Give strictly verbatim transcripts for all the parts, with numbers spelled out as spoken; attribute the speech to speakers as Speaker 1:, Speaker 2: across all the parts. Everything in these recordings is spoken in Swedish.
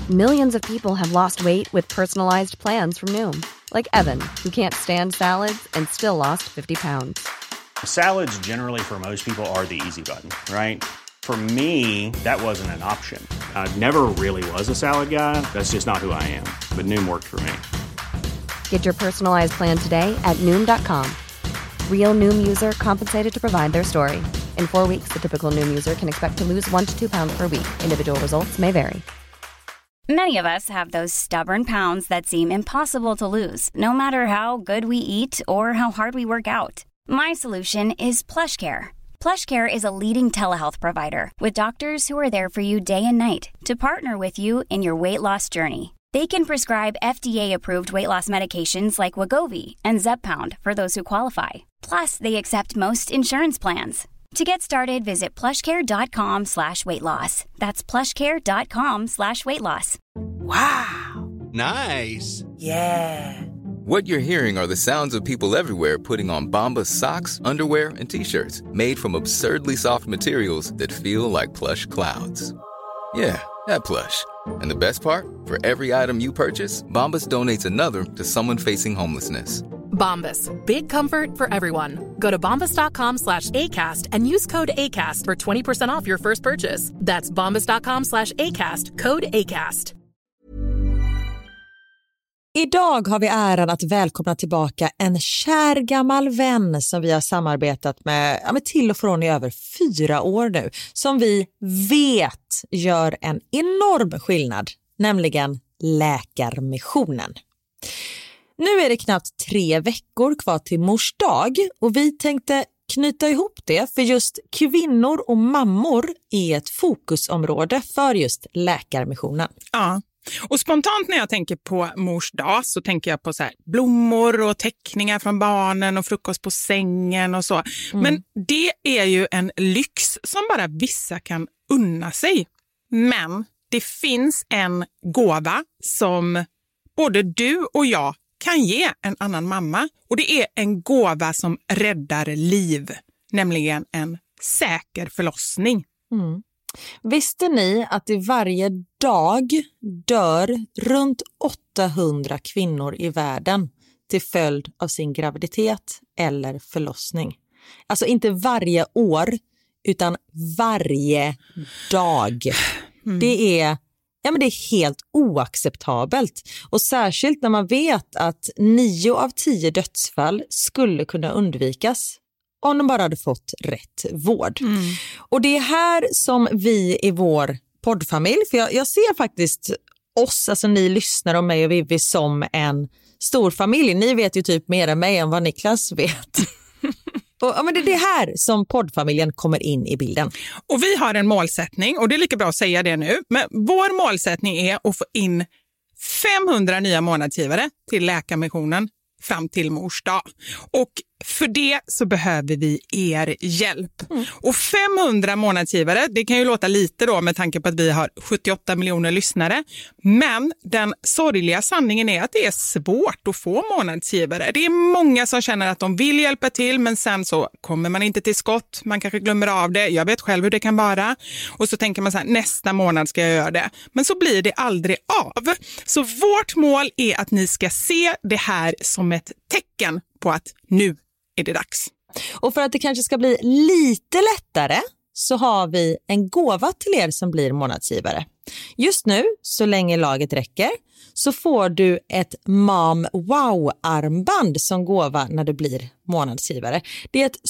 Speaker 1: Millions of people have lost weight with personalized plans from Noom. Like Evan, who can't stand salads and still lost fifty pounds.
Speaker 2: Salads generally for most people are the easy button, right? For me, that wasn't an option. I never really was a salad guy. That's just not who I am. But Noom worked for me.
Speaker 1: Get your personalized plan today at Noom dot com. Real Noom user compensated to provide their story. In four weeks, the typical Noom user can expect to lose one to two pounds per week. Individual results may vary.
Speaker 3: Many of us have those stubborn pounds that seem impossible to lose, no matter how good we eat or how hard we work out. My solution is PlushCare. PlushCare is a leading telehealth provider with doctors who are there for you day and night to partner with you in your weight loss journey. They can prescribe F D A-approved weight loss medications like Wegovy and Zepbound for those who qualify. Plus, they accept most insurance plans. To get started, visit plushcare.com slash weight loss. That's plushcare.com slash weight loss.
Speaker 4: Wow.
Speaker 5: Nice.
Speaker 4: Yeah.
Speaker 6: What you're hearing are the sounds of people everywhere putting on Bombas socks, underwear, and T-shirts made from absurdly soft materials that feel like plush clouds. Yeah, that plush. And the best part? For every item you purchase, Bombas donates another to someone facing homelessness.
Speaker 7: Bombas. Big comfort for everyone. Go to bombas.com slash ACAST and use code ACAST for twenty percent off your first purchase. That's bombas.com slash ACAST. Code ACAST.
Speaker 8: Idag har vi äran att välkomna tillbaka en kär gammal vän som vi har samarbetat med, ja, med till och från i över fyra år nu. Som vi vet gör en enorm skillnad, nämligen Läkarmissionen. Nu är det knappt tre veckor kvar till Mors dag och vi tänkte knyta ihop det, för just kvinnor och mammor är ett fokusområde för just Läkarmissionen.
Speaker 9: Ja. Och spontant när jag tänker på Mors dag så tänker jag på så här blommor och teckningar från barnen och frukost på sängen och så. Mm. Men det är ju en lyx som bara vissa kan unna sig. Men det finns en gåva som både du och jag kan ge en annan mamma. Och det är en gåva som räddar liv, nämligen en säker förlossning.
Speaker 8: Mm. Visste ni att det varje dag dör runt åttahundra kvinnor i världen till följd av sin graviditet eller förlossning? Alltså inte varje år, utan varje dag. Mm. Det är, ja, men det är helt oacceptabelt. Och särskilt när man vet att nio av tio dödsfall skulle kunna undvikas om de bara hade fått rätt vård. Mm. Och det är här som vi i vår poddfamilj, för jag, jag ser faktiskt oss, alltså ni lyssnar om mig och Vivi, som en stor familj. Ni vet ju typ mer än mig än vad Niklas vet. Och, ja, men det är det här som poddfamiljen kommer in i bilden.
Speaker 9: Och vi har en målsättning, och det är lika bra att säga det nu. Men vår målsättning är att få in femhundra nya månadsgivare till Läkarmissionen fram till Mors dag. Och för det så behöver vi er hjälp. Mm. Och femhundra månadsgivare, det kan ju låta lite då med tanke på att vi har sjuttioåtta miljoner lyssnare. Men den sorgliga sanningen är att det är svårt att få månadsgivare. Det är många som känner att de vill hjälpa till, men sen så kommer man inte till skott. Man kanske glömmer av det. Jag vet själv hur det kan vara. Och så tänker man så här, nästa månad ska jag göra det. Men så blir det aldrig av. Så vårt mål är att ni ska se det här som ett tecken på att nu är det dags.
Speaker 8: Och för att det kanske ska bli lite lättare så har vi en gåva till er som blir månadsgivare. Just nu, så länge laget räcker, så får du ett Mom Wow-armband som gåva när du blir månadsgivare. Det är ett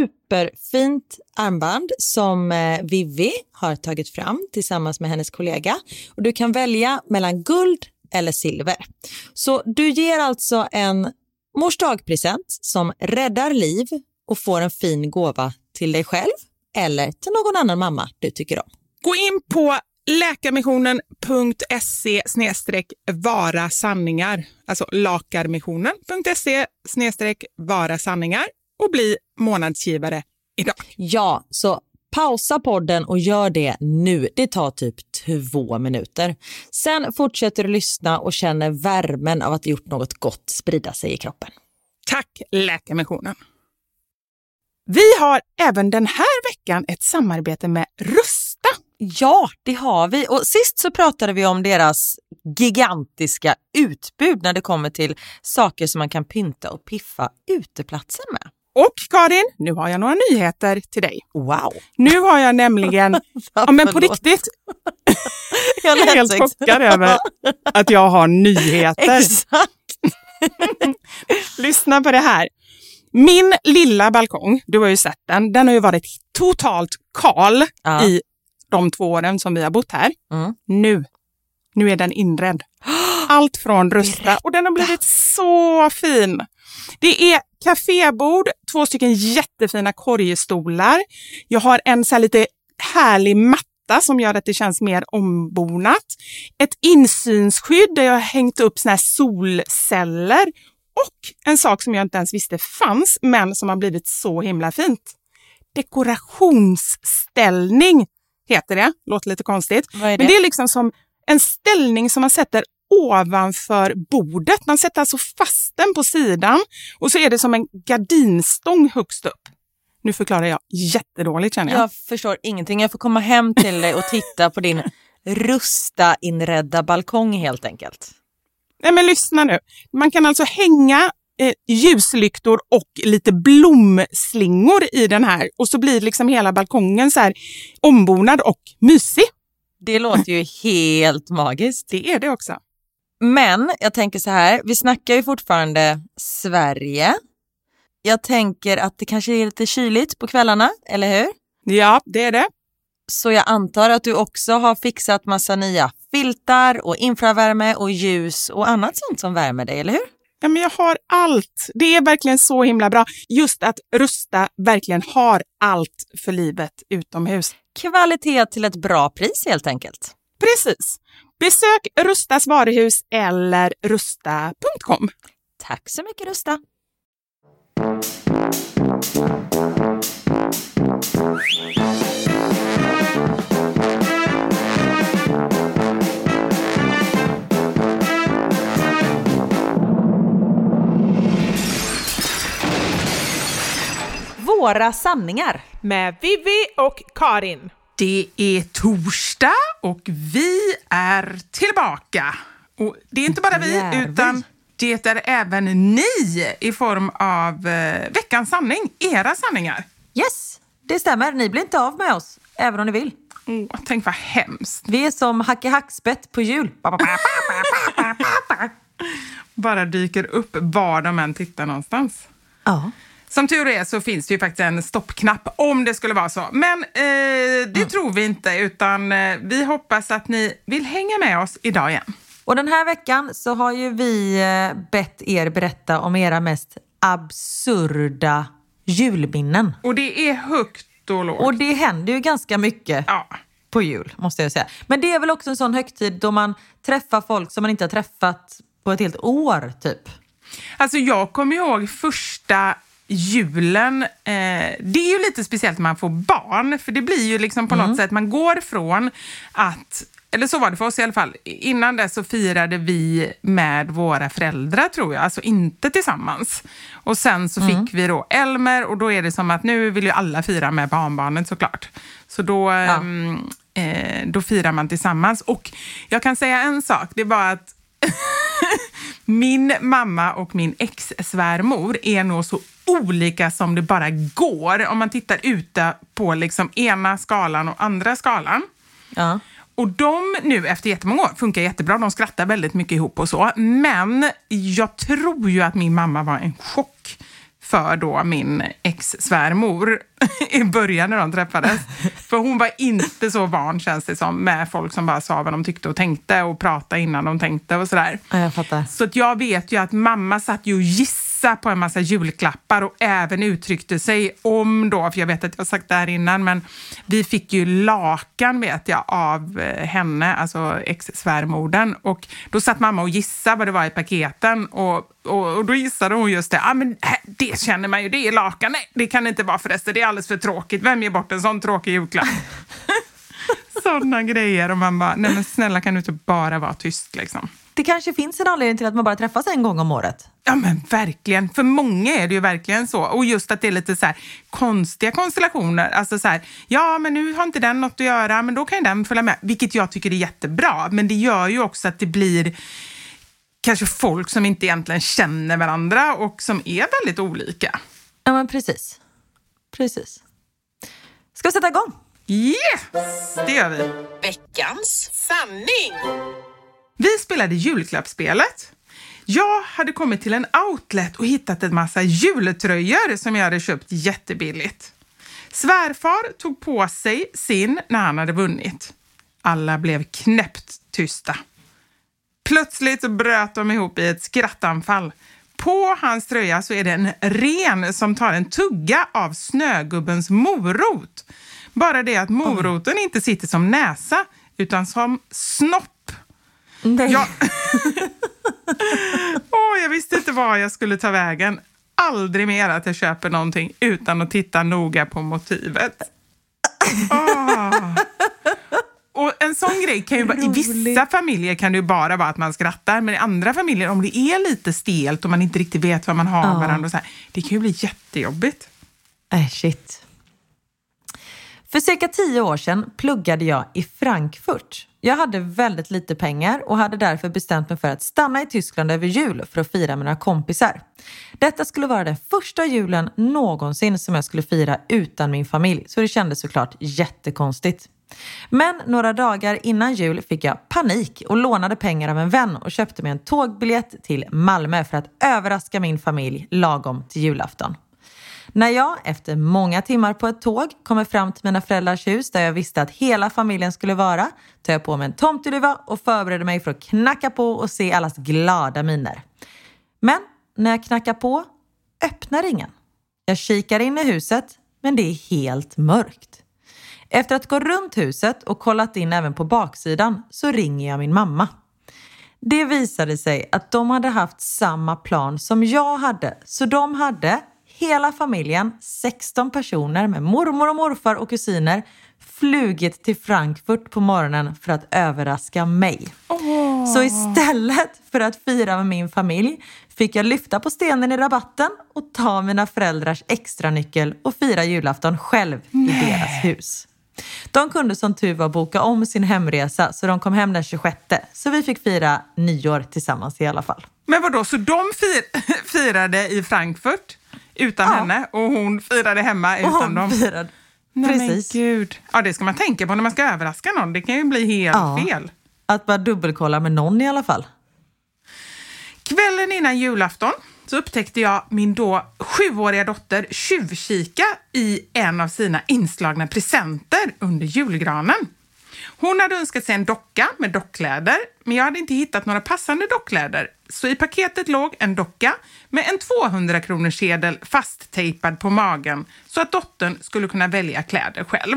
Speaker 8: superfint armband som Vivi har tagit fram tillsammans med hennes kollega. Och du kan välja mellan guld eller silver. Så du ger alltså en Mors dagpresent som räddar liv och får en fin gåva till dig själv eller till någon annan mamma du tycker om.
Speaker 9: Gå in på läkarmissionen punkt se snedstreck vara sanningar, alltså lakarmissionen punkt se snedstreck vara sanningar och bli månadsgivare idag.
Speaker 8: Ja, så pausa podden och gör det nu. Det tar typ två minuter. Sen fortsätter du lyssna och känner värmen av att ha gjort något gott sprida sig i kroppen.
Speaker 9: Tack Läkarmissionen. Vi har även den här veckan ett samarbete med Rusta.
Speaker 8: Ja, det har vi. Och sist så pratade vi om deras gigantiska utbud när det kommer till saker som man kan pynta och piffa uteplatser med.
Speaker 9: Och Karin, nu har jag några nyheter till dig.
Speaker 8: Wow.
Speaker 9: Nu har jag nämligen, ja men på riktigt, jag är helt chockad över att jag har nyheter.
Speaker 8: Exakt.
Speaker 9: Lyssna på det här. Min lilla balkong, du har ju sett den, den har ju varit totalt kal ja. i de två åren som vi har bott här. Mm. Nu, nu är den inredd. Allt från Rusta och den har blivit så fin. Det är kafébord, två stycken jättefina korgstolar. Jag har en så här lite härlig matta som gör att det känns mer ombonat. Ett insynsskydd där jag har hängt upp såna här solceller. Och en sak som jag inte ens visste fanns, men som har blivit så himla fint. Dekorationsställning heter det. Låter lite konstigt.
Speaker 8: Vad är det?
Speaker 9: Men det är liksom som en ställning som man sätter ovanför bordet. Man sätter alltså fast den på sidan och så är det som en gardinstång högst upp. Nu förklarar jag jättedåligt känner jag.
Speaker 8: Jag förstår ingenting. Jag får komma hem till dig och titta på din Rusta-inredda balkong helt enkelt.
Speaker 9: Nej men lyssna nu. Man kan alltså hänga eh, ljuslyktor och lite blomslingor i den här. Och så blir liksom hela balkongen så här ombonad och mysig.
Speaker 8: Det låter ju helt magiskt.
Speaker 9: Det är det också.
Speaker 8: Men jag tänker så här, vi snackar ju fortfarande Sverige. Jag tänker att det kanske är lite kyligt på kvällarna, eller hur?
Speaker 9: Ja, det är det.
Speaker 8: Så jag antar att du också har fixat massa nya filtar och infravärme och ljus och annat sånt som värmer dig, eller hur?
Speaker 9: Ja, men jag har allt. Det är verkligen så himla bra. Just att Rusta verkligen har allt för livet utomhus.
Speaker 8: Kvalitet till ett bra pris helt enkelt.
Speaker 9: Precis. Besök Rustas varuhus eller rusta punkt com.
Speaker 8: Tack så mycket Rusta. Våra sanningar.
Speaker 4: Med Vivi och Karin.
Speaker 9: Det är torsdag och vi är tillbaka. Och det är inte bara vi
Speaker 8: Jävlar.
Speaker 9: utan det är även ni i form av eh, veckans sanning, era sanningar.
Speaker 8: Yes, det stämmer. Ni blir inte av med oss, även om ni vill.
Speaker 9: Oh, tänk vad hemskt.
Speaker 8: Vi är som hacke hackspett på jul.
Speaker 9: Bara dyker upp var de än tittar någonstans.
Speaker 8: Ja.
Speaker 9: Som tur är så finns det ju faktiskt en stoppknapp om det skulle vara så. Men eh, det mm. tror vi inte utan eh, vi hoppas att ni vill hänga med oss idag igen.
Speaker 8: Och den här veckan så har ju vi eh, bett er berätta om era mest absurda julminnen.
Speaker 9: Och det är högt och lågt.
Speaker 8: Och det händer ju ganska mycket
Speaker 9: ja.
Speaker 8: på jul, måste jag säga. Men det är väl också en sån högtid då man träffar folk som man inte har träffat på ett helt år, typ.
Speaker 9: Alltså jag kommer ihåg första julen, eh, det är ju lite speciellt när man får barn, för det blir ju liksom på mm. något sätt, man går från att, eller så var det för oss i alla fall, innan det så firade vi med våra föräldrar tror jag, alltså inte tillsammans. Och sen så mm. fick vi då Elmer och då är det som att nu vill ju alla fira med barnbarnet såklart. Så då, ja. eh, då firar man tillsammans och jag kan säga en sak, det var att min mamma och min ex-svärmor är nog så olika som det bara går om man tittar ute på liksom ena skalan och andra skalan.
Speaker 8: Ja.
Speaker 9: Och de nu efter jättemånga år funkar jättebra, de skrattar väldigt mycket ihop och så. Men jag tror ju att min mamma var en chock för då min ex-svärmor i början när de träffades. För hon var inte så van, känns det som, med folk som bara sa vad de tyckte och tänkte och pratade innan de tänkte och sådär.
Speaker 8: Ja, jag fattar.
Speaker 9: Så att jag vet ju att mamma satt ju och gissa på en massa julklappar och även uttryckte sig om då, för jag vet att jag har sagt det här innan, men vi fick ju lakan vet jag av henne, alltså ex-svärmorden, och då satt mamma och gissade vad det var i paketen och, och, och då gissade hon just det, ja ah, men det känner man ju, det är lakan, nej det kan inte vara förresten, det är alldeles för tråkigt, vem ger bort en sån tråkig julklapp? Sådana grejer och man bara, nej men snälla kan du inte bara vara tyst liksom.
Speaker 8: det kanske finns en anledning till att man bara träffas en gång om året.
Speaker 9: Ja men verkligen, för många är det ju verkligen så. Och just att det är lite så här konstiga konstellationer. Alltså så här, ja men nu har inte den något att göra, men då kan ju den följa med. Vilket jag tycker är jättebra, men det gör ju också att det blir kanske folk som inte egentligen känner varandra och som är väldigt olika.
Speaker 8: Ja men precis, precis. Ska vi sätta igång?
Speaker 9: Yes, det gör vi.
Speaker 5: Veckans sanning.
Speaker 9: Vi spelade julklappsspelet. Jag hade kommit till en outlet och hittat en massa jultröjor som jag hade köpt jättebilligt. Svärfar tog på sig sin när han hade vunnit. Alla blev knäppt tysta. Plötsligt bröt de ihop i ett skrattanfall. På hans tröja så är det en ren som tar en tugga av snögubbens morot. Bara det att moroten oh. inte sitter som näsa utan som snopp.
Speaker 8: Nej.
Speaker 9: Jag... oh, jag visste inte vad jag skulle ta vägen. Aldrig mer att jag köper någonting utan att titta noga på motivet. Oh. Och en sån grej kan ju vara, i vissa familjer kan det ju bara vara att man skrattar, men i andra familjer, om det är lite stelt och man inte riktigt vet vad man har oh. varandra och så här, det kan ju bli jättejobbigt.
Speaker 8: Äh, shit. För cirka tio år sedan pluggade jag i Frankfurt. Jag hade väldigt lite pengar och hade därför bestämt mig för att stanna i Tyskland över jul för att fira med några kompisar. Detta skulle vara den första julen någonsin som jag skulle fira utan min familj, så det kändes såklart jättekonstigt. Men några dagar innan jul fick jag panik och lånade pengar av en vän och köpte mig en tågbiljett till Malmö för att överraska min familj lagom till julafton. När jag efter många timmar på ett tåg kommer fram till mina föräldrars hus där jag visste att hela familjen skulle vara, tar jag på mig en tomteluva och förbereder mig för att knacka på och se allas glada miner. Men när jag knackar på öppnar ingen. Jag kikar in i huset, men det är helt mörkt. Efter att gå runt huset och kollat in även på baksidan så ringer jag min mamma. Det visade sig att de hade haft samma plan som jag hade, så de hade... Hela familjen, sexton personer med mormor och morfar och kusiner, flugit till Frankfurt på morgonen för att överraska mig. Oh. Så istället för att fira med min familj fick jag lyfta på stenen i rabatten och ta mina föräldrars extra nyckel och fira julafton själv Nej. i deras hus. De kunde som tur var boka om sin hemresa, så de kom hem den tjugosjätte. Så vi fick fira nyår tillsammans i alla fall.
Speaker 9: Men vadå, så de fir- firade i Frankfurt utan ja. henne och hon firade hemma utan hon dem?
Speaker 8: Firade.
Speaker 9: Nej,
Speaker 8: precis.
Speaker 9: Men gud. Ja, det ska man tänka på när man ska överraska någon. Det kan ju bli helt ja. fel.
Speaker 8: Att bara dubbelkolla med någon i alla fall.
Speaker 9: Kvällen innan julafton så upptäckte jag min då sjuåriga dotter tjuvkika i en av sina inslagna presenter under julgranen. Hon hade önskat sig en docka med dockkläder, men jag hade inte hittat några passande dockkläder. Så i paketet låg en docka med en tvåhundra kronors sedel fasttejpad på magen så att dottern skulle kunna välja kläder själv.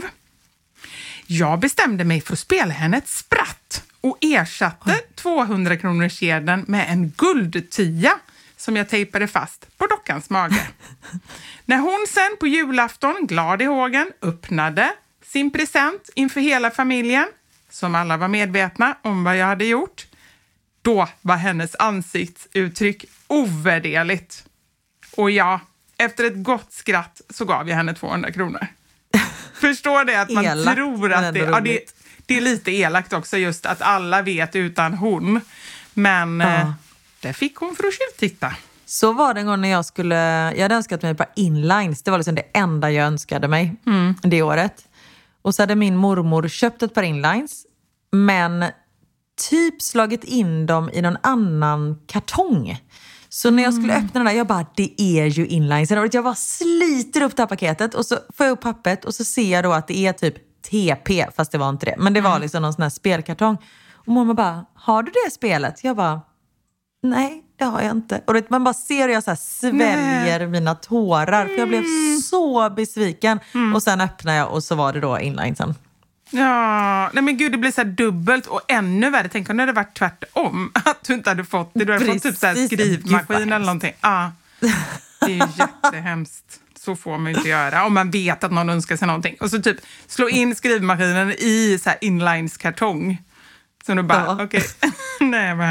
Speaker 9: Jag bestämde mig för att spela henne ett spratt och ersatte tvåhundra kronors sedeln med en guldtia som jag tejpade fast på dockans mage. När hon sen på julafton, glad i hågen, öppnade sin present inför hela familjen, som alla var medvetna om vad jag hade gjort, då var hennes ansiktsuttryck ovärderligt. Och ja, efter ett gott skratt så gav jag henne tvåhundra kronor. Förstår det att man elakt, tror att det, ja, det, det är lite elakt också just att alla vet utan hon. Men ja. eh, det fick hon för att tjuvtitta.
Speaker 8: Så var det en gång när jag skulle, jag hade önskat mig ett par inlines. Det var liksom det enda jag önskade mig mm. det året. Och så hade min mormor köpt ett par inlines, men typ slagit in dem i någon annan kartong. Så när jag skulle öppna den där, jag bara, det är ju inlines. Jag bara sliter upp det här paketet och så får jag upp pappret och så ser jag då att det är typ T P, fast det var inte det. Men det var liksom någon sån här spelkartong. Och mamma bara, har du det spelet? Jag bara, nej, det har jag inte. Och det, man bara ser hur jag så här sväljer nej. mina tårar. För jag blev så besviken. Mm. Och sen öppnade jag och så var det då inlinesen.
Speaker 9: Ja, nej men gud, det blir så här dubbelt och ännu värre. Tänk om det hade varit tvärtom. Att du inte hade fått det. Du hade Precis. fått typ så här skrivmaskin eller någonting. Ja, det är ju jättehemskt. Så får man ju inte göra. Om man vet att någon önskar sig någonting. Och så typ slå in skrivmaskinen i så här inlines-kartong. Så du bara, ja. okej. Okay. Nej, vad hemskt.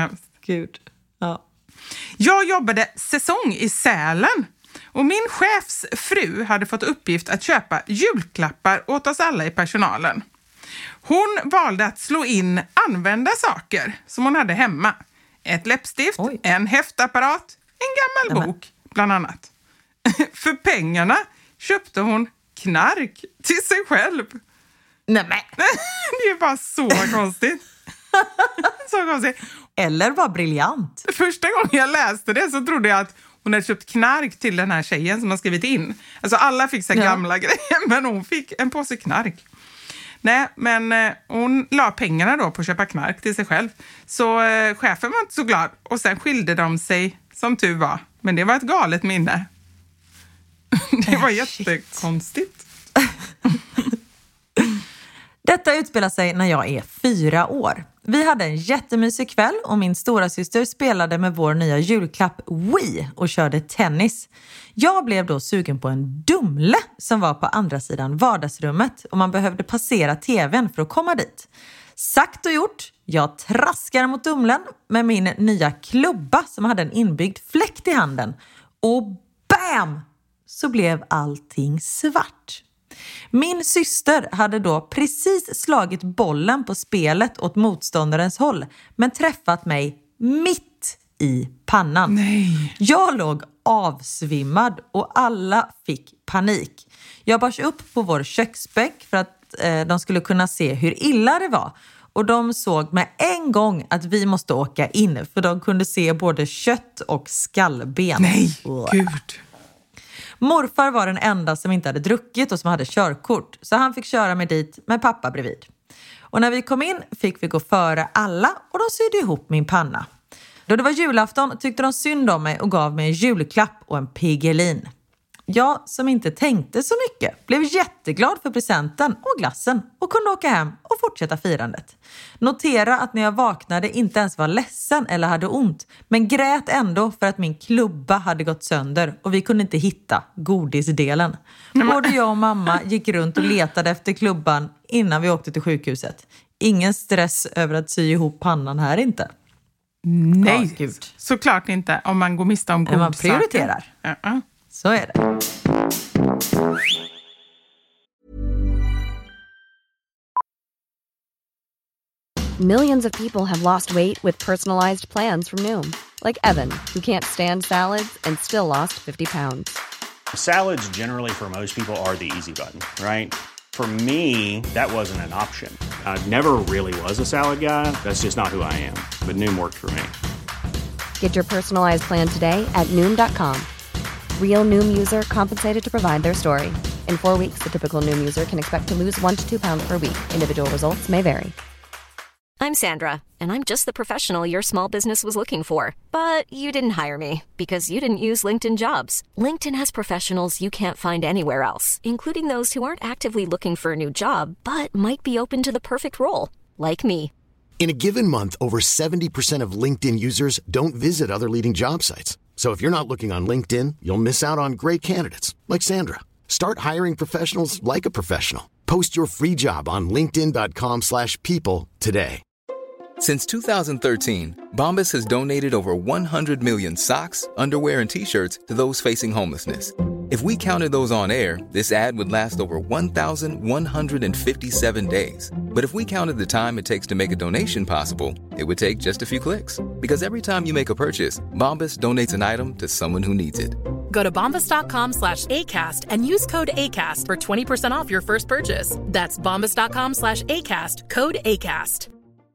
Speaker 8: gud. Ja.
Speaker 9: Jag jobbade säsong i Sälen. Och min chefs fru hade fått uppgift att köpa julklappar åt oss alla i personalen. Hon valde att slå in använda saker som hon hade hemma. Ett läppstift, Oj. en häftapparat, en gammal
Speaker 8: Nämen.
Speaker 9: bok bland annat. För pengarna köpte hon knark till sig själv.
Speaker 8: Nämen.
Speaker 9: Det är bara så konstigt. Så konstigt.
Speaker 8: Eller var briljant.
Speaker 9: Första gången jag läste det så trodde jag att hon hade köpt knark till den här tjejen som har skrivit in. Alltså alla fick så ja. gamla grejer, men hon fick en påse knark. Nej, men eh, hon la pengarna då på att köpa knark till sig själv. Så eh, chefen var inte så glad. Och sen skilde de sig som tur var. Men det var ett galet minne. Det var jättekonstigt.
Speaker 8: Detta utspelar sig när jag är fyra år. Vi hade en jättemysig kväll och min stora syster spelade med vår nya julklapp Wii och körde tennis. Jag blev då sugen på en Dumle som var på andra sidan vardagsrummet och man behövde passera tvn för att komma dit. Sagt och gjort, jag traskade mot Dumlen med min nya klubba som hade en inbyggd fläkt i handen. Och bam! Så blev allting svart. Min syster hade då precis slagit bollen på spelet åt motståndarens håll men träffat mig mitt i pannan.
Speaker 9: Nej.
Speaker 8: Jag låg avsvimmad och alla fick panik. Jag bars upp på vår köksbänk för att eh, de skulle kunna se hur illa det var. Och de såg med en gång att vi måste åka in för de kunde se både kött och skallben.
Speaker 9: Nej, gud.
Speaker 8: Morfar var den enda som inte hade druckit och som hade körkort. Så han fick köra mig dit med pappa bredvid. Och när vi kom in fick vi gå före alla och de sydde ihop min panna. Då det var julafton tyckte de synd om mig och gav mig en julklapp och en Piggelin. Jag som inte tänkte så mycket blev jätteglad för presenten och glassen och kunde åka hem och fortsätta firandet. Notera att när jag vaknade inte ens var ledsen eller hade ont, men grät ändå för att min klubba hade gått sönder och vi kunde inte hitta godisdelen. Både jag och mamma gick runt och letade efter klubban innan vi åkte till sjukhuset. Ingen stress över att sy ihop pannan här inte.
Speaker 9: Nej,
Speaker 8: ja, gud.
Speaker 9: Såklart inte om man går miste om godsaker.
Speaker 8: Man prioriterar.
Speaker 9: Uh-uh.
Speaker 8: Så är det.
Speaker 1: Millions of people have lost weight with personalized plans from Noom. Like Evan, who can't stand salads and still lost fifty pounds.
Speaker 2: Salads generally for most people are the easy button, right? For me, that wasn't an option. I never really was a salad guy. That's just not who I am. But Noom worked for me.
Speaker 1: Get your personalized plan today at Noom dot com. Real Noom user compensated to provide their story. In four weeks, the typical Noom user can expect to lose one to two pounds per week. Individual results may vary.
Speaker 10: I'm Sandra, and I'm just the professional your small business was looking for. But you didn't hire me because you didn't use LinkedIn Jobs. LinkedIn has professionals you can't find anywhere else, including those who aren't actively looking for a new job, but might be open to the perfect role, like me.
Speaker 11: In a given month, over seventy percent of LinkedIn users don't visit other leading job sites. So if you're not looking on LinkedIn, you'll miss out on great candidates like Sandra. Start hiring professionals like a professional. Post your free job on linkedin dot com slash people today.
Speaker 6: Since two thousand thirteen, Bombas has donated over one hundred million socks, underwear, and T-shirts to those facing homelessness. If we counted those on air, this ad would last over one thousand one hundred fifty-seven days. But if we counted the time it takes to make a donation possible, it would take just a few clicks. Because every time you make a purchase, Bombas donates an item to someone who needs it.
Speaker 7: Go to bombas dot com slash ACAST and use code ACAST for twenty percent off your first purchase. That's bombas dot com slash ACAST, code ACAST.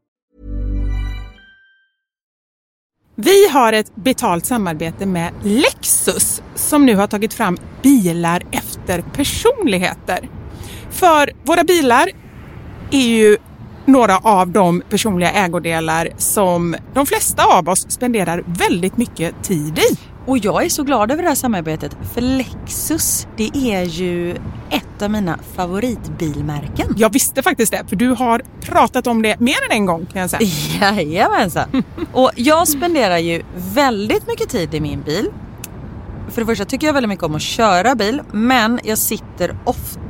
Speaker 9: Vi har ett betalt samarbete med Lexus som nu har tagit fram bilar efter personligheter. För våra bilar är ju några av de personliga ägodelar som de flesta av oss spenderar väldigt mycket tid i.
Speaker 12: Och jag är så glad över det här samarbetet, för Lexus, det är ju ett av mina favoritbilmärken.
Speaker 9: Jag visste faktiskt det, för du har pratat om det mer än en gång, kan jag säga.
Speaker 12: Jajamensan. Och jag spenderar ju väldigt mycket tid i min bil. För det första tycker jag väldigt mycket om att köra bil, men jag sitter ofta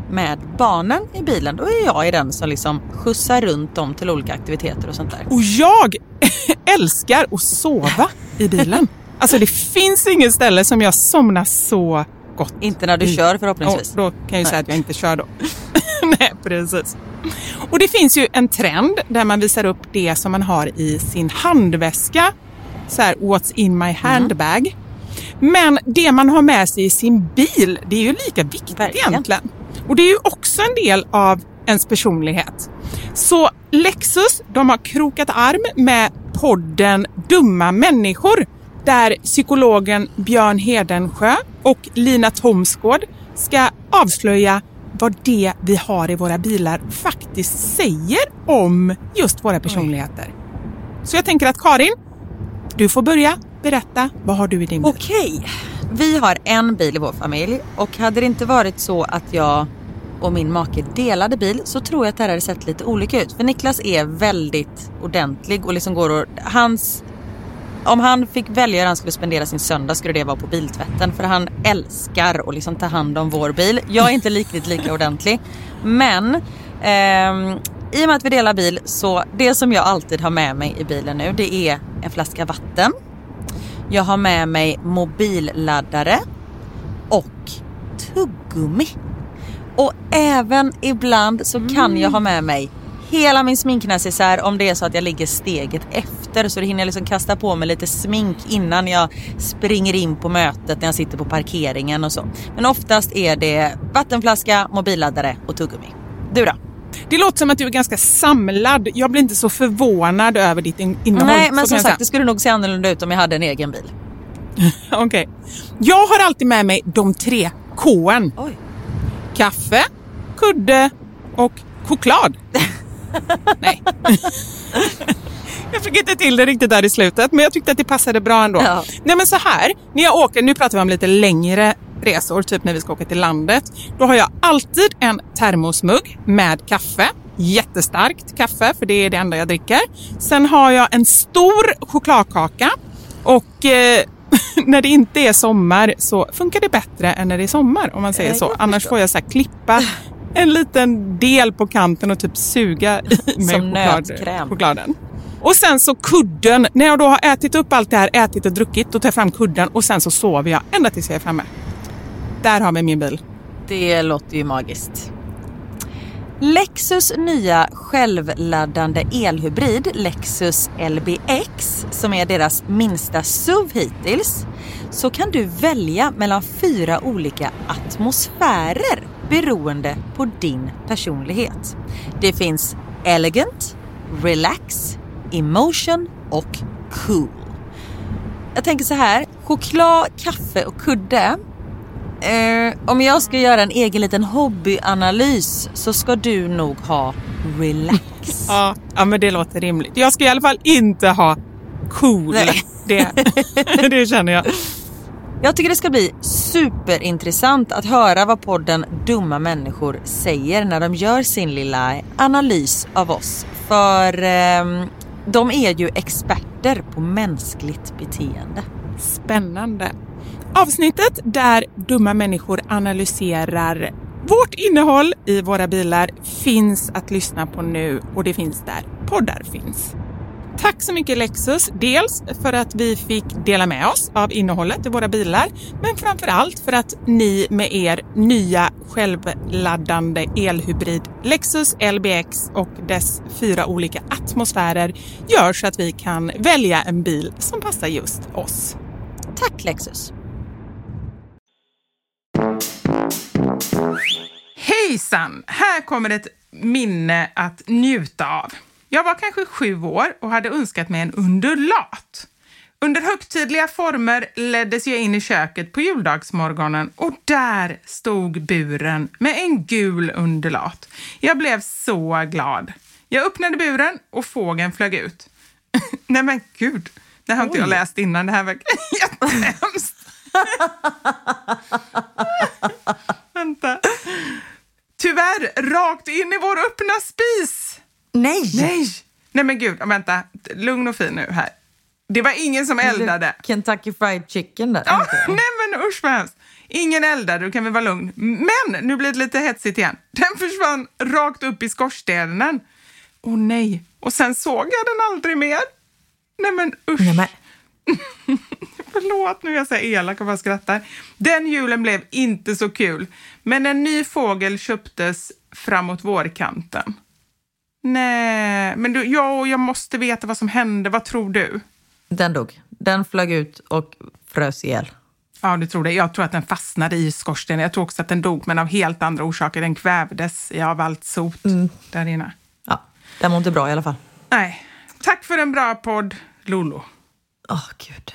Speaker 8: med barnen i bilen, då är jag i den som liksom skjutsar runt dem till olika aktiviteter och sånt där.
Speaker 9: Och jag älskar att sova i bilen. Alltså det finns ingen ställe som jag somnar så gott.
Speaker 8: Inte när du
Speaker 9: i.
Speaker 8: kör förhoppningsvis.
Speaker 9: Och då kan jag ju säga att jag inte kör då. Nej, precis. Och det finns ju en trend där man visar upp det som man har i sin handväska. Så här, what's in my handbag. Mm. Men det man har med sig i sin bil, det är ju lika viktigt Verkligen. egentligen. Och det är ju också en del av ens personlighet. Så Lexus, de har krokat arm med podden Dumma människor. Där psykologen Björn Hedensjö och Lina Thomsgård ska avslöja vad det vi har i våra bilar faktiskt säger om just våra personligheter. Oj. Så jag tänker att Karin, du får börja berätta, vad har du i din bil?
Speaker 8: Okej, vi har en bil i vår familj och hade det inte varit så att jag och min make delade bil så tror jag att det här hade sett lite olika ut. För Niklas är väldigt ordentlig och liksom går och, hans, om han fick välja hur han skulle spendera sin söndag skulle det vara på biltvätten. För han älskar att liksom ta hand om vår bil. Jag är inte riktigt lika ordentlig. Men ehm, i och med att vi delar bil så det som jag alltid har med mig i bilen nu, det är en flaska vatten. Jag har med mig mobilladdare och tuggummi. Och även ibland så kan mm. jag ha med mig hela min sminknäsisär om det är så att jag ligger steget efter. Så det hinner jag liksom kasta på mig lite smink innan jag springer in på mötet när jag sitter på parkeringen och så. Men oftast är det vattenflaska, mobilladdare och tuggummi. Du då?
Speaker 9: Det låter som att du är ganska samlad. Jag blir inte så förvånad över ditt innehåll.
Speaker 8: Nej, men som sagt, det skulle nog se annorlunda ut om jag hade en egen bil.
Speaker 9: Okej. Okay. Jag har alltid med mig de tre K:n. Oj. Kaffe, kudde och choklad. Nej. Jag fick inte till det riktigt där i slutet, men jag tyckte att det passade bra ändå. Ja. Nej, men så här, när jag åker, nu pratar vi om lite längre resor, typ när vi ska åka till landet, då har jag alltid en termosmugg med kaffe. Jättestarkt kaffe, för det är det enda jag dricker. Sen har jag en stor chokladkaka och eh, när det inte är sommar så funkar det bättre än när det är sommar, om man säger så. Annars får jag så här klippa en liten del på kanten och typ suga i mig choklad, chokladen. Och sen så kudden, när jag då har ätit upp allt det här, ätit och druckit, då tar jag fram kudden och sen så sover jag ända tills jag är framme. Där har vi min bil.
Speaker 8: Det låter ju magiskt. Lexus nya självladdande elhybrid Lexus L B X, som är deras minsta S U V hittills, så kan du välja mellan fyra olika atmosfärer beroende på din personlighet. Det finns elegant, relax, emotion och cool. Jag tänker så här, choklad, kaffe och kudde. Eh, om jag ska göra en egen liten hobbyanalys så ska du nog ha relax.
Speaker 9: Ja, ja, men det låter rimligt. Jag ska i alla fall inte ha cool. Det, det känner jag.
Speaker 8: Jag tycker det ska bli superintressant att höra vad podden Dumma människor säger när de gör sin lilla analys av oss. För eh, de är ju experter på mänskligt beteende.
Speaker 9: Spännande. Avsnittet där dumma människor analyserar vårt innehåll i våra bilar finns att lyssna på nu, och det finns där poddar finns. Tack så mycket Lexus, dels för att vi fick dela med oss av innehållet i våra bilar, men framförallt för att ni med er nya självladdande elhybrid Lexus L B X och dess fyra olika atmosfärer gör så att vi kan välja en bil som passar just oss.
Speaker 8: Tack Lexus!
Speaker 9: Hejsan! Här kommer ett minne att njuta av. Jag var kanske sju år och hade önskat mig en undulat. Under högtidliga former leddes jag in i köket på juldagsmorgonen och där stod buren med en gul undulat. Jag blev så glad. Jag öppnade buren och fågeln flög ut. Nej men gud, det har inte Oj. jag läst innan. Det här var jättehemskt. Vänta. Tyvärr rakt in i vår öppna spis.
Speaker 8: Nej.
Speaker 9: Nej. Nej men gud, vänta. Lugn och fin nu här. Det var ingen som eldade.
Speaker 8: Kentucky Fried Chicken där.
Speaker 9: Ja, nej men usch vad hemskt. Ingen eldade, du kan väl vara lugn. Men nu blir det lite hetsigt igen. Den försvann rakt upp i skorstenen. Åh nej. Och sen såg jag den aldrig mer. Nej men usch. Nej, men. Förlåt nu jag säger elak och bara skrattar. Den julen blev inte så kul. Men en ny fågel köptes framåt vårkanten. Nej, men du, jag, jag måste veta vad som hände. Vad tror du?
Speaker 8: Den dog. Den flög ut och frös ihjäl.
Speaker 9: Ja, du tror det. Jag tror att den fastnade i skorstenen. Jag tror också att den dog, men av helt andra orsaker. Den kvävdes av allt sot mm. där inne.
Speaker 8: Ja, den var inte bra i alla fall.
Speaker 9: Nej. Tack för en bra podd, Lolo.
Speaker 8: Åh, oh, gud.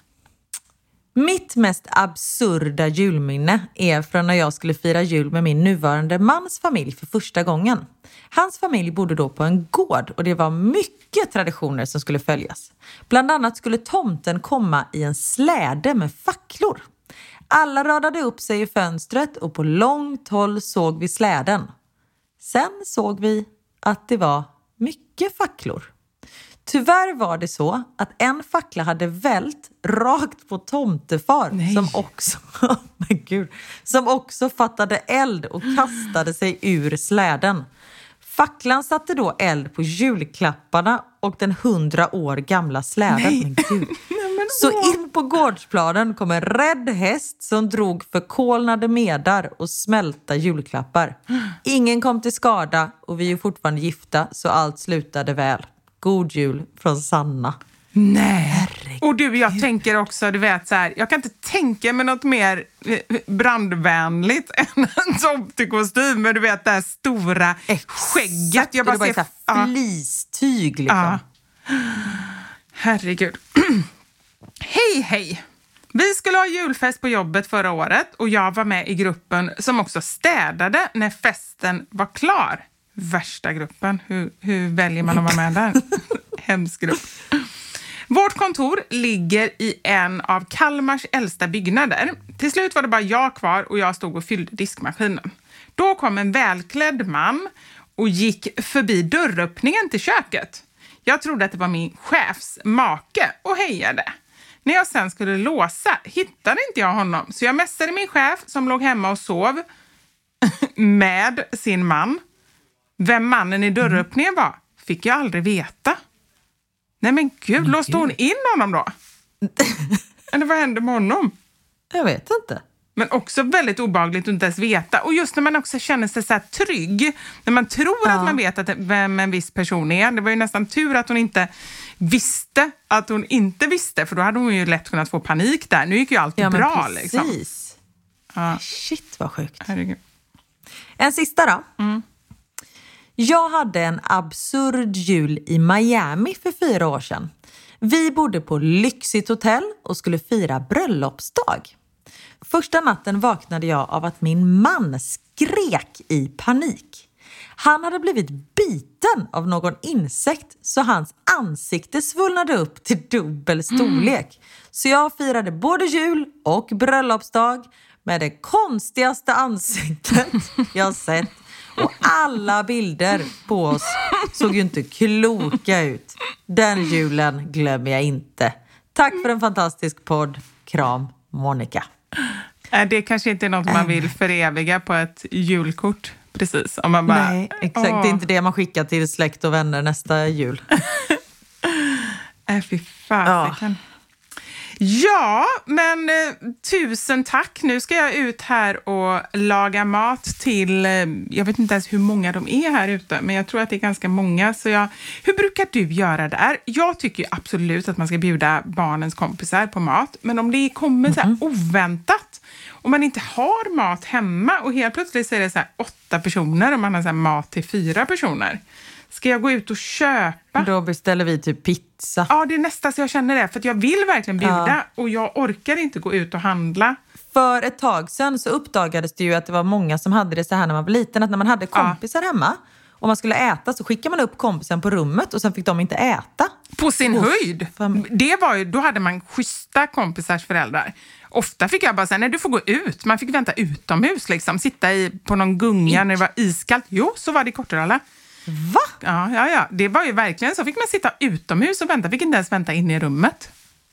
Speaker 8: Mitt mest absurda julminne är från när jag skulle fira jul med min nuvarande mans familj för första gången. Hans familj bodde då på en gård och det var mycket traditioner som skulle följas. Bland annat skulle tomten komma i en släde med facklor. Alla radade upp sig i fönstret och på långt håll såg vi släden. Sen såg vi att det var mycket facklor. Tyvärr var det så att en fackla hade vält rakt på tomtefar Nej. som också men gud, som också fattade eld och kastade sig ur släden. Facklan satte då eld på julklapparna och den hundra år gamla släden.
Speaker 9: Nej.
Speaker 8: Men gud. Nej, men så in på gårdsplanen kom en rädd häst som drog förkolnade medar och smälta julklappar. Ingen kom till skada och vi är fortfarande gifta så allt slutade väl. God jul från Sanna.
Speaker 9: Nej. Herregud. Och du, jag tänker också, du vet så här, jag kan inte tänka mig något mer brandvänligt än en tomtekostym, men du vet det här stora Exakt. skägget.
Speaker 8: Jag bara, bara ser ja. flistyg liksom. Ja.
Speaker 9: Herregud. Hej, hej. Vi skulle ha julfest på jobbet förra året och jag var med i gruppen som också städade när festen var klar. Värsta gruppen. Hur, hur väljer man att vara med där? Hemsk grupp. Vårt kontor ligger i en av Kalmars äldsta byggnader. Till slut var det bara jag kvar och jag stod och fyllde diskmaskinen. Då kom en välklädd man och gick förbi dörröppningen till köket. Jag trodde att det var min chefs make och hejade. När jag sen skulle låsa hittade inte jag honom. Så jag mässade min chef som låg hemma och sov med sin man. Vem mannen i dörröppningen var fick jag aldrig veta. Nej men gud, men låste gud. hon in honom då? Eller vad hände med honom?
Speaker 8: Jag vet inte.
Speaker 9: Men också väldigt obehagligt att inte ens veta. Och just när man också känner sig så här trygg. När man tror ja. att man vet att vem en viss person är. Det var ju nästan tur att hon inte visste att hon inte visste. För då hade hon ju lätt kunnat få panik där. Nu gick ju allt ja, bra
Speaker 8: precis.
Speaker 9: liksom.
Speaker 8: Ja. Shit vad sjukt.
Speaker 9: Herregud.
Speaker 8: En sista då.
Speaker 9: Mm.
Speaker 8: Jag hade en absurd jul i Miami för fyra år sedan. Vi bodde på lyxigt hotell och skulle fira bröllopsdag. Första natten vaknade jag av att min man skrek i panik. Han hade blivit biten av någon insekt så hans ansikte svullnade upp till dubbel storlek. Mm. Så jag firade både jul och bröllopsdag med det konstigaste ansiktet jag sett. Och alla bilder på oss såg ju inte kloka ut. Den julen glömmer jag inte. Tack för en fantastisk podd. Kram, Monica.
Speaker 9: Det kanske inte är något man vill föreviga på ett julkort. Precis. Om man bara,
Speaker 8: Nej, exakt. Åh. Det är inte det man skickar till släkt och vänner nästa jul.
Speaker 9: Äh, fy fasiken. Ja. Ja, men eh, tusen tack. Nu ska jag ut här och laga mat till, eh, jag vet inte ens hur många de är här ute, men jag tror att det är ganska många. Så jag, hur brukar du göra där? Jag tycker ju absolut att man ska bjuda barnens kompisar på mat, men om det kommer så här oväntat, om man inte har mat hemma och helt plötsligt så är det så här åtta personer och man har så här mat till fyra personer. Ska jag gå ut och köpa?
Speaker 8: Då beställer vi typ pizza.
Speaker 9: Ja, det är nästan så jag känner det. För att jag vill verkligen bjuda ja. och jag orkar inte gå ut och handla.
Speaker 8: För ett tag sedan så uppdagades det ju att det var många som hade det så här när man var liten. Att när man hade kompisar ja. hemma och man skulle äta så skickade man upp kompisen på rummet och sen fick de inte äta.
Speaker 9: På sin Uff. höjd. Det var ju, då hade man schyssta kompisars föräldrar. Ofta fick jag bara säga, nej du får gå ut. Man fick vänta utomhus liksom. Sitta i, på någon gunga när det var iskallt. Jo, så var det i Kortedala.
Speaker 8: Va?
Speaker 9: Ja, ja, ja. Det var ju verkligen så. Fick man sitta utomhus och vänta. Fick inte ens vänta in i rummet.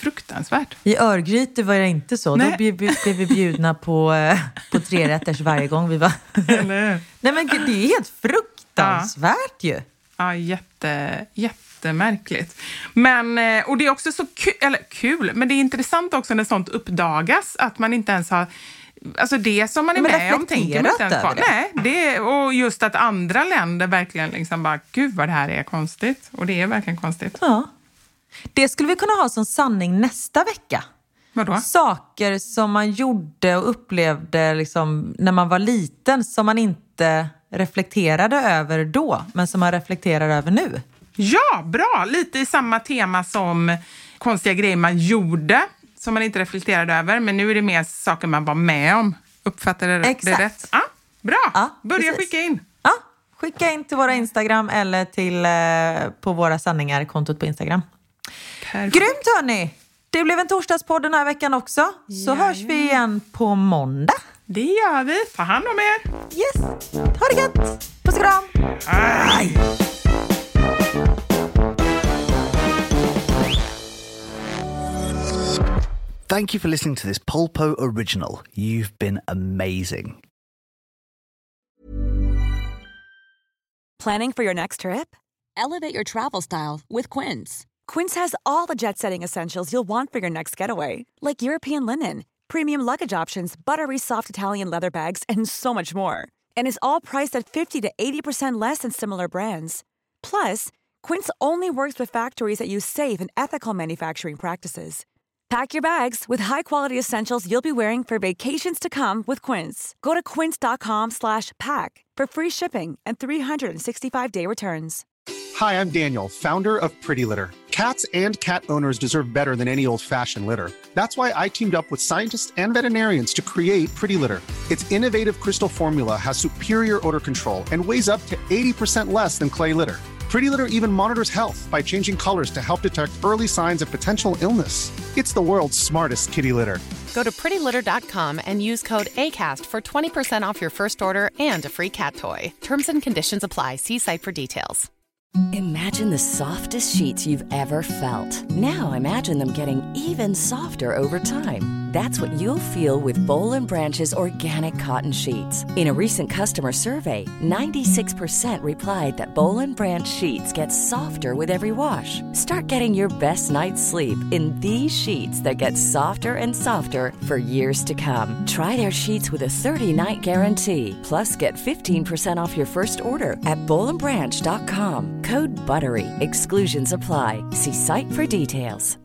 Speaker 9: fruktansvärt.
Speaker 8: I Örgryte var det inte så.
Speaker 9: Nej.
Speaker 8: Då blev, blev vi bjudna på, på tre rätters varje gång vi var.
Speaker 9: Eller?
Speaker 8: Nej men gud, det är helt fruktansvärt ja. ju.
Speaker 9: Ja, jätte, jättemärkligt. Men, och det är också så kul, eller kul, men det är intressant också när sånt uppdagas. Att man inte ens har... Alltså det som man är
Speaker 8: men
Speaker 9: med om tänker man inte ens på.
Speaker 8: Det.
Speaker 9: Nej, det, och just att andra länder verkligen liksom bara, gud vad det här är konstigt. Och det är verkligen konstigt.
Speaker 8: Ja. Det skulle vi kunna ha som sanning nästa vecka.
Speaker 9: Vadå?
Speaker 8: Saker som man gjorde och upplevde liksom när man var liten som man inte reflekterade över då, men som man reflekterar över nu.
Speaker 9: Ja, bra! Lite i samma tema som konstiga grejer man gjorde som man inte reflekterade över, men nu är det mer saker man var med om. Uppfattade det, det rätt? Ja, bra! Ja, börja precis. Skicka in.
Speaker 8: Ja, skicka in till våra Instagram eller till eh, på våra sanningar, kontot på Instagram. Perfekt. Grymt hörni! Det blev en torsdagspodd den här veckan också. Så ja, hörs vi igen på måndag.
Speaker 9: Det gör vi. Ta hand om er.
Speaker 8: Yes. Ha det gött. Puss och kram.
Speaker 9: Aj.
Speaker 13: Thank you for listening to this Polpo original. You've been amazing.
Speaker 14: Planning for your next trip? Elevate your travel style with Quince. Quince has all the jet-setting essentials you'll want for your next getaway, like European linen, premium luggage options, buttery soft Italian leather bags, and so much more. And is all priced at fifty to eighty percent less than similar brands. Plus, Quince only works with factories that use safe and ethical manufacturing practices. Pack your bags with high-quality essentials you'll be wearing for vacations to come with Quince. Go to quince.com slash pack for free shipping and three sixty-five day returns.
Speaker 15: Hi, I'm Daniel, founder of Pretty Litter. Cats and cat owners deserve better than any old-fashioned litter. That's why I teamed up with scientists and veterinarians to create Pretty Litter. Its innovative crystal formula has superior odor control and weighs up to eighty percent less than clay litter. Pretty Litter even monitors health by changing colors to help detect early signs of potential illness. It's the world's smartest kitty litter.
Speaker 16: Go to pretty litter dot com and use code ACAST for twenty percent off your first order and a free cat toy. Terms and conditions apply. See site for details.
Speaker 17: Imagine the softest sheets you've ever felt. Now imagine them getting even softer over time. That's what you'll feel with Boll and Branch's organic cotton sheets. In a recent customer survey, ninety-six percent replied that Boll and Branch sheets get softer with every wash. Start getting your best night's sleep in these sheets that get softer and softer for years to come. Try their sheets with a thirty-night guarantee. Plus, get fifteen percent off your first order at boll and branch dot com. Code BUTTERY. Exclusions apply. See site for details.